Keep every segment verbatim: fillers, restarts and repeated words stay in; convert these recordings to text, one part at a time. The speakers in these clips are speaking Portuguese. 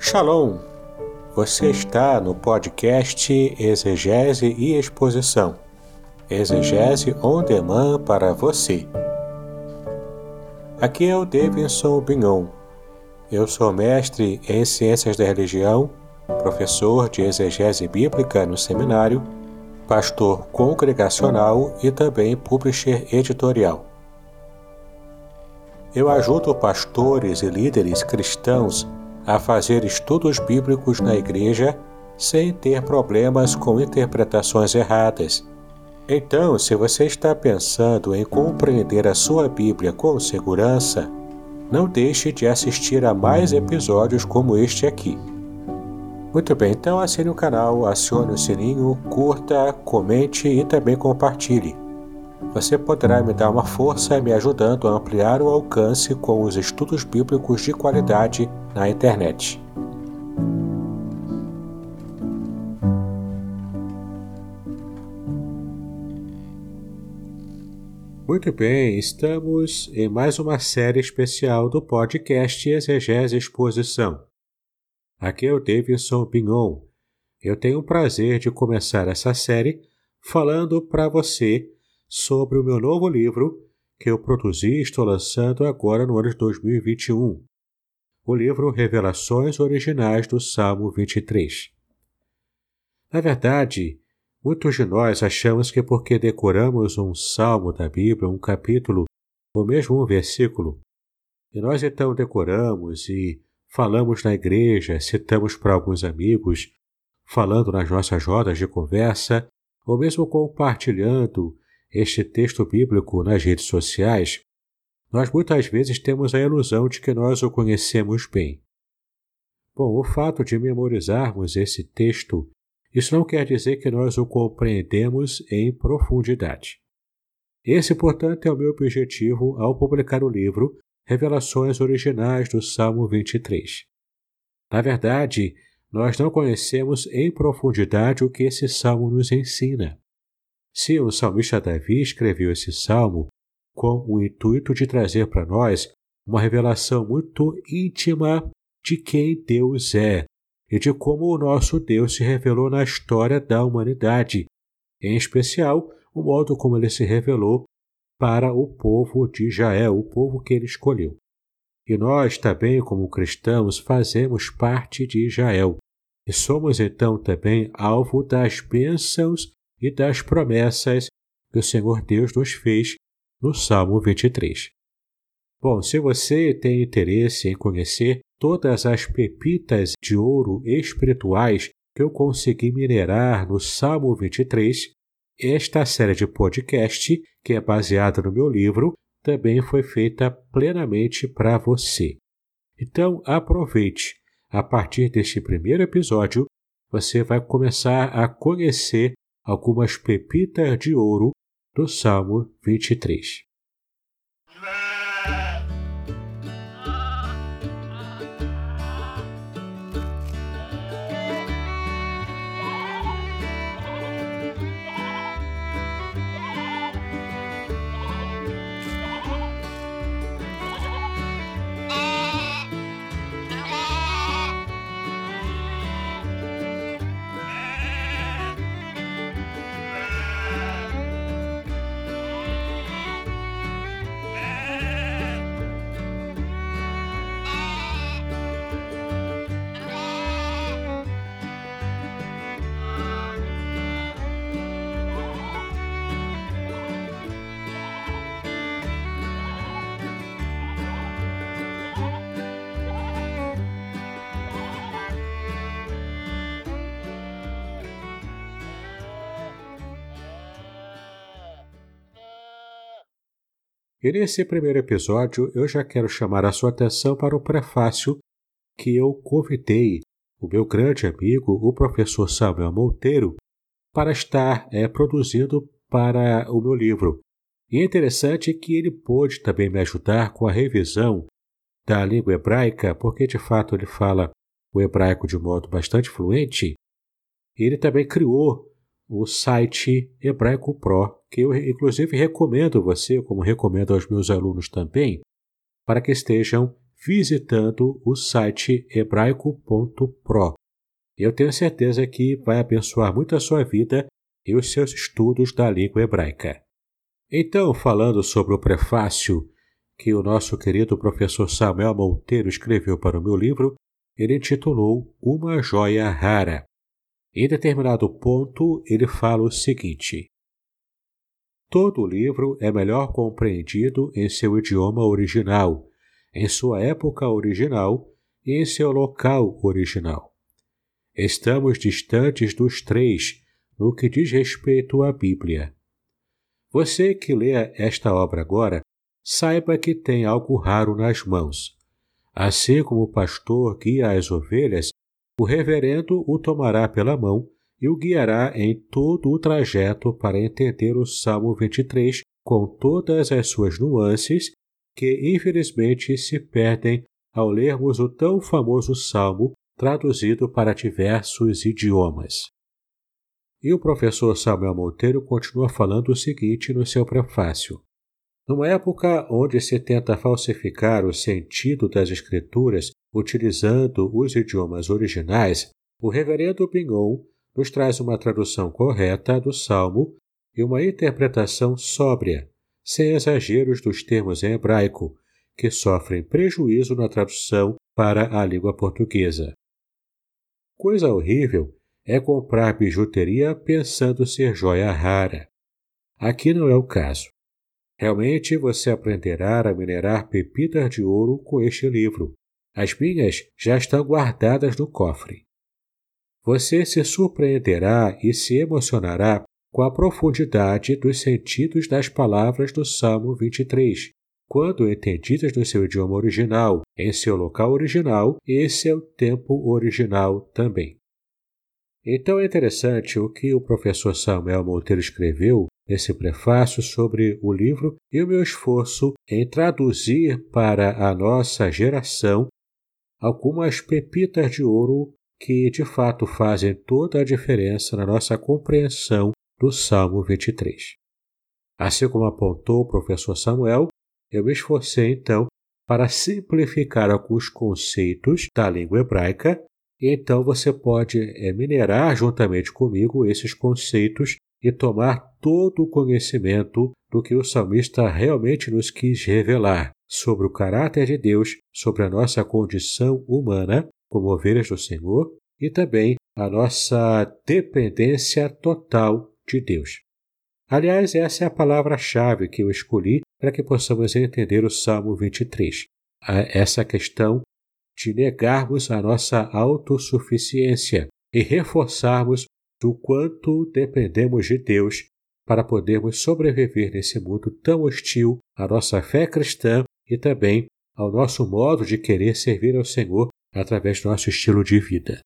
Shalom! Você está no podcast Exegese e Exposição. Exegese on demand para você. Aqui é o Davidson Bignon. Eu sou mestre em Ciências da Religião, professor de Exegese Bíblica no seminário, pastor congregacional e também publisher editorial. Eu ajudo pastores e líderes cristãos a fazer estudos bíblicos na igreja sem ter problemas com interpretações erradas. Então, se você está pensando em compreender a sua Bíblia com segurança, não deixe de assistir a mais episódios como este aqui. Muito bem, então assine o canal, acione o sininho, curta, comente e também compartilhe. Você poderá me dar uma força me ajudando a ampliar o alcance com os estudos bíblicos de qualidade na internet. Muito bem, estamos em mais uma série especial do podcast Exegese e Exposição. Aqui é o Davidson Bignon. Eu tenho o prazer de começar essa série falando para você sobre o meu novo livro que eu produzi e estou lançando agora no ano de dois mil e vinte e um. O livro Revelações Originais do Salmo vinte e três. Na verdade, muitos de nós achamos que porque decoramos um salmo da Bíblia, um capítulo, ou mesmo um versículo, e nós então decoramos e falamos na igreja, citamos para alguns amigos, falando nas nossas rodas de conversa, ou mesmo compartilhando este texto bíblico nas redes sociais, nós muitas vezes temos a ilusão de que nós o conhecemos bem. Bom, o fato de memorizarmos esse texto, isso não quer dizer que nós o compreendemos em profundidade. Esse, portanto, é o meu objetivo ao publicar o livro Revelações Originais do Salmo vinte e três. Na verdade, nós não conhecemos em profundidade o que esse salmo nos ensina. Sim, o salmista Davi escreveu esse salmo com o intuito de trazer para nós uma revelação muito íntima de quem Deus é e de como o nosso Deus se revelou na história da humanidade, em especial o modo como ele se revelou para o povo de Israel, o povo que ele escolheu. E nós também, como cristãos, fazemos parte de Israel e somos então também alvo das bênçãos e das promessas que o Senhor Deus nos fez no Salmo vinte e três. Bom, se você tem interesse em conhecer todas as pepitas de ouro espirituais que eu consegui minerar no Salmo vinte e três, esta série de podcast, que é baseada no meu livro, também foi feita plenamente para você. Então, aproveite. A partir deste primeiro episódio, você vai começar a conhecer algumas pepitas de ouro do Salmo vinte e três. E nesse primeiro episódio, eu já quero chamar a sua atenção para o prefácio que eu convidei o meu grande amigo, o professor Samuel Monteiro, para estar é, produzindo para o meu livro. E é interessante que ele pôde também me ajudar com a revisão da língua hebraica, porque de fato ele fala o hebraico de modo bastante fluente. E ele também criou o site Hebraico Pro, que eu inclusive recomendo você, como recomendo aos meus alunos também, para que estejam visitando o site hebraico ponto pro. Eu tenho certeza que vai abençoar muito a sua vida e os seus estudos da língua hebraica. Então, falando sobre o prefácio que o nosso querido professor Samuel Monteiro escreveu para o meu livro, ele intitulou Uma Joia Rara. Em determinado ponto, ele fala o seguinte: todo o livro é melhor compreendido em seu idioma original, em sua época original e em seu local original. Estamos distantes dos três no que diz respeito à Bíblia. Você que lê esta obra agora, saiba que tem algo raro nas mãos. Assim como o pastor guia as ovelhas, o reverendo o tomará pela mão e o guiará em todo o trajeto para entender o Salmo vinte e três com todas as suas nuances que, infelizmente, se perdem ao lermos o tão famoso Salmo traduzido para diversos idiomas. E o professor Samuel Monteiro continua falando o seguinte no seu prefácio: numa época onde se tenta falsificar o sentido das Escrituras utilizando os idiomas originais, o reverendo Bignon nos traz uma tradução correta do Salmo e uma interpretação sóbria, sem exageros dos termos em hebraico, que sofrem prejuízo na tradução para a língua portuguesa. Coisa horrível é comprar bijuteria pensando ser joia rara. Aqui não é o caso. Realmente você aprenderá a minerar pepitas de ouro com este livro. As minhas já estão guardadas no cofre. Você se surpreenderá e se emocionará com a profundidade dos sentidos das palavras do Salmo vinte e três, quando entendidas no seu idioma original, em seu local original e em seu tempo original também. Então é interessante o que o professor Samuel Monteiro escreveu nesse prefácio sobre o livro e o meu esforço em traduzir para a nossa geração algumas pepitas de ouro que de fato fazem toda a diferença na nossa compreensão do Salmo vinte e três. Assim como apontou o professor Samuel, eu me esforcei então para simplificar alguns conceitos da língua hebraica, e então você pode é, minerar juntamente comigo esses conceitos e tomar todo o conhecimento do que o salmista realmente nos quis revelar sobre o caráter de Deus, sobre a nossa condição humana como ovelhas do Senhor e também a nossa dependência total de Deus. Aliás, essa é a palavra-chave que eu escolhi para que possamos entender o Salmo vinte e três. Essa questão de negarmos a nossa autossuficiência e reforçarmos do quanto dependemos de Deus para podermos sobreviver nesse mundo tão hostil à nossa fé cristã e também ao nosso modo de querer servir ao Senhor através do nosso estilo de vida.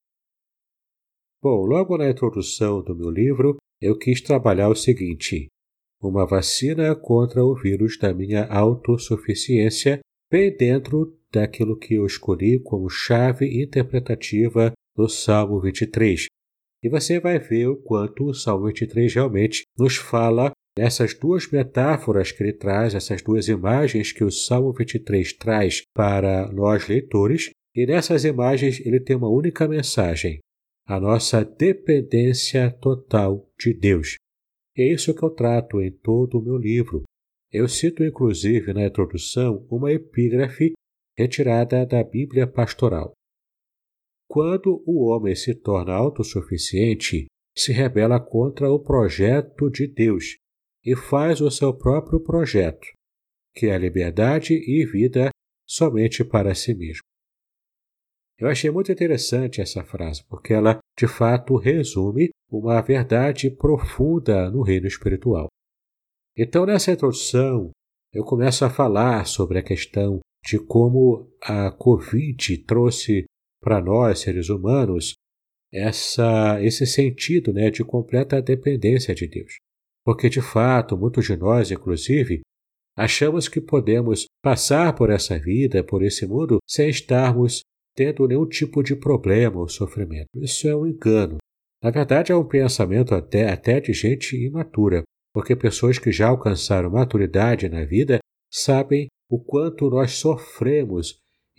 Bom, logo na introdução do meu livro, eu quis trabalhar o seguinte: uma vacina contra o vírus da minha autossuficiência, bem dentro daquilo que eu escolhi como chave interpretativa do Salmo vinte e três. E você vai ver o quanto o Salmo vinte e três realmente nos fala nessas duas metáforas que ele traz, essas duas imagens que o Salmo vinte e três traz para nós leitores, e nessas imagens ele tem uma única mensagem: a nossa dependência total de Deus. E é isso que eu trato em todo o meu livro. Eu cito inclusive na introdução uma epígrafe retirada da Bíblia Pastoral. Quando o homem se torna autossuficiente, se rebela contra o projeto de Deus e faz o seu próprio projeto, que é a liberdade e vida somente para si mesmo. Eu achei muito interessante essa frase, porque ela, de fato, resume uma verdade profunda no reino espiritual. Então, nessa introdução, eu começo a falar sobre a questão de como a Covid trouxe para nós, seres humanos, essa, esse sentido, né, de completa dependência de Deus. Porque, de fato, muitos de nós, inclusive, achamos que podemos passar por essa vida, por esse mundo, sem estarmos tendo nenhum tipo de problema ou sofrimento. Isso é um engano. Na verdade, é um pensamento até, até de gente imatura, porque pessoas que já alcançaram maturidade na vida sabem o quanto nós sofremos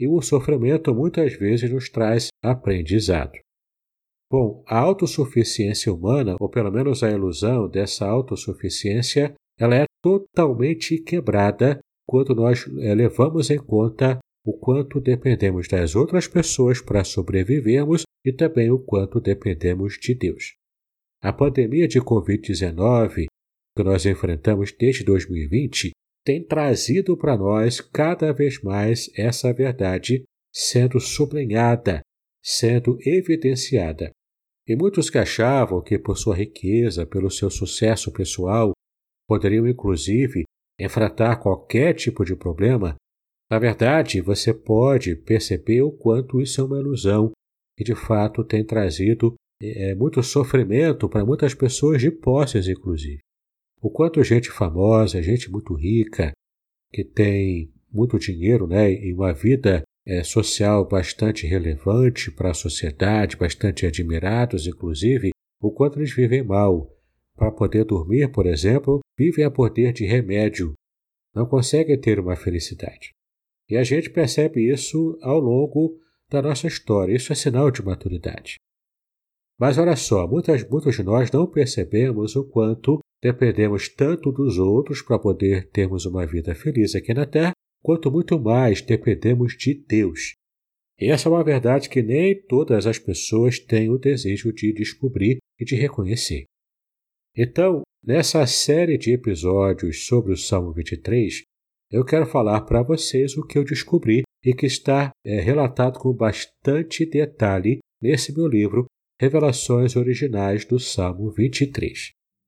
e o sofrimento muitas vezes nos traz aprendizado. Bom, a autossuficiência humana, ou pelo menos a ilusão dessa autossuficiência, ela é totalmente quebrada quando nós é, levamos em conta o quanto dependemos das outras pessoas para sobrevivermos e também o quanto dependemos de Deus. A pandemia de covid dezenove, que nós enfrentamos desde dois mil e vinte, tem trazido para nós cada vez mais essa verdade sendo sublinhada, sendo evidenciada. E muitos que achavam que por sua riqueza, pelo seu sucesso pessoal, poderiam inclusive enfrentar qualquer tipo de problema, na verdade você pode perceber o quanto isso é uma ilusão e de fato tem trazido é, muito sofrimento para muitas pessoas de posses inclusive. O quanto gente famosa, gente muito rica, que tem muito dinheiro, né, e uma vida é, social bastante relevante para a sociedade, bastante admirados, inclusive, o quanto eles vivem mal. Para poder dormir, por exemplo, vivem a poder de remédio. Não conseguem ter uma felicidade. E a gente percebe isso ao longo da nossa história. Isso é sinal de maturidade. Mas olha só, muitas, muitos de nós não percebemos o quanto dependemos tanto dos outros para poder termos uma vida feliz aqui na Terra, quanto muito mais dependemos de Deus. E essa é uma verdade que nem todas as pessoas têm o desejo de descobrir e de reconhecer. Então, nessa série de episódios sobre o Salmo vinte e três, eu quero falar para vocês o que eu descobri e que está é, relatado com bastante detalhe nesse meu livro, Revelações Originais do Salmo vinte e três.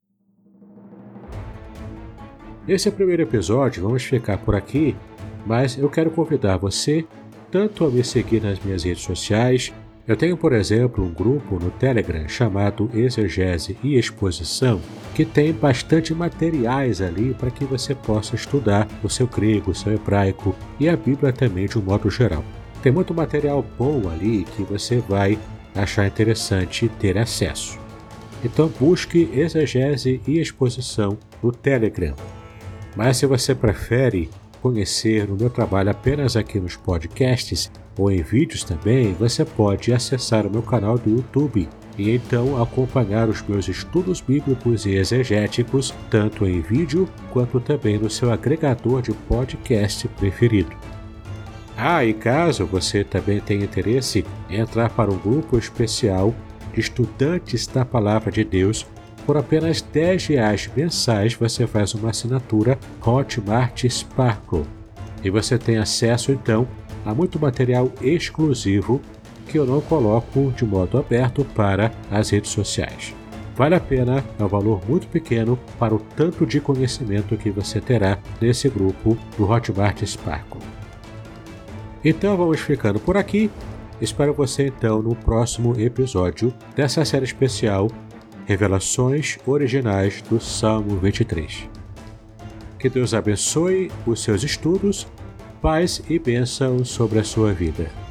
Nesse primeiro episódio vamos ficar por aqui, mas eu quero convidar você tanto a me seguir nas minhas redes sociais. Eu tenho, por exemplo, um grupo no Telegram chamado Exegese e Exposição, que tem bastante materiais ali para que você possa estudar o seu grego, o seu hebraico e a Bíblia também de um modo geral. Tem muito material bom ali que você vai achar interessante ter acesso. Então busque Exegese e Exposição no Telegram. Mas se você prefere conhecer o meu trabalho apenas aqui nos podcasts ou em vídeos também, você pode acessar o meu canal do YouTube e então acompanhar os meus estudos bíblicos e exegéticos tanto em vídeo quanto também no seu agregador de podcast preferido. Ah, e caso você também tenha interesse em entrar para um grupo especial de estudantes da Palavra de Deus, por apenas dez reais mensais você faz uma assinatura Hotmart Sparkle e você tem acesso então a muito material exclusivo que eu não coloco de modo aberto para as redes sociais. Vale a pena, é um valor muito pequeno para o tanto de conhecimento que você terá nesse grupo do Hotmart Sparkle. Então vamos ficando por aqui. Espero você então no próximo episódio dessa série especial Revelações Originais do Salmo vinte e três. Que Deus abençoe os seus estudos, paz e bênção sobre a sua vida.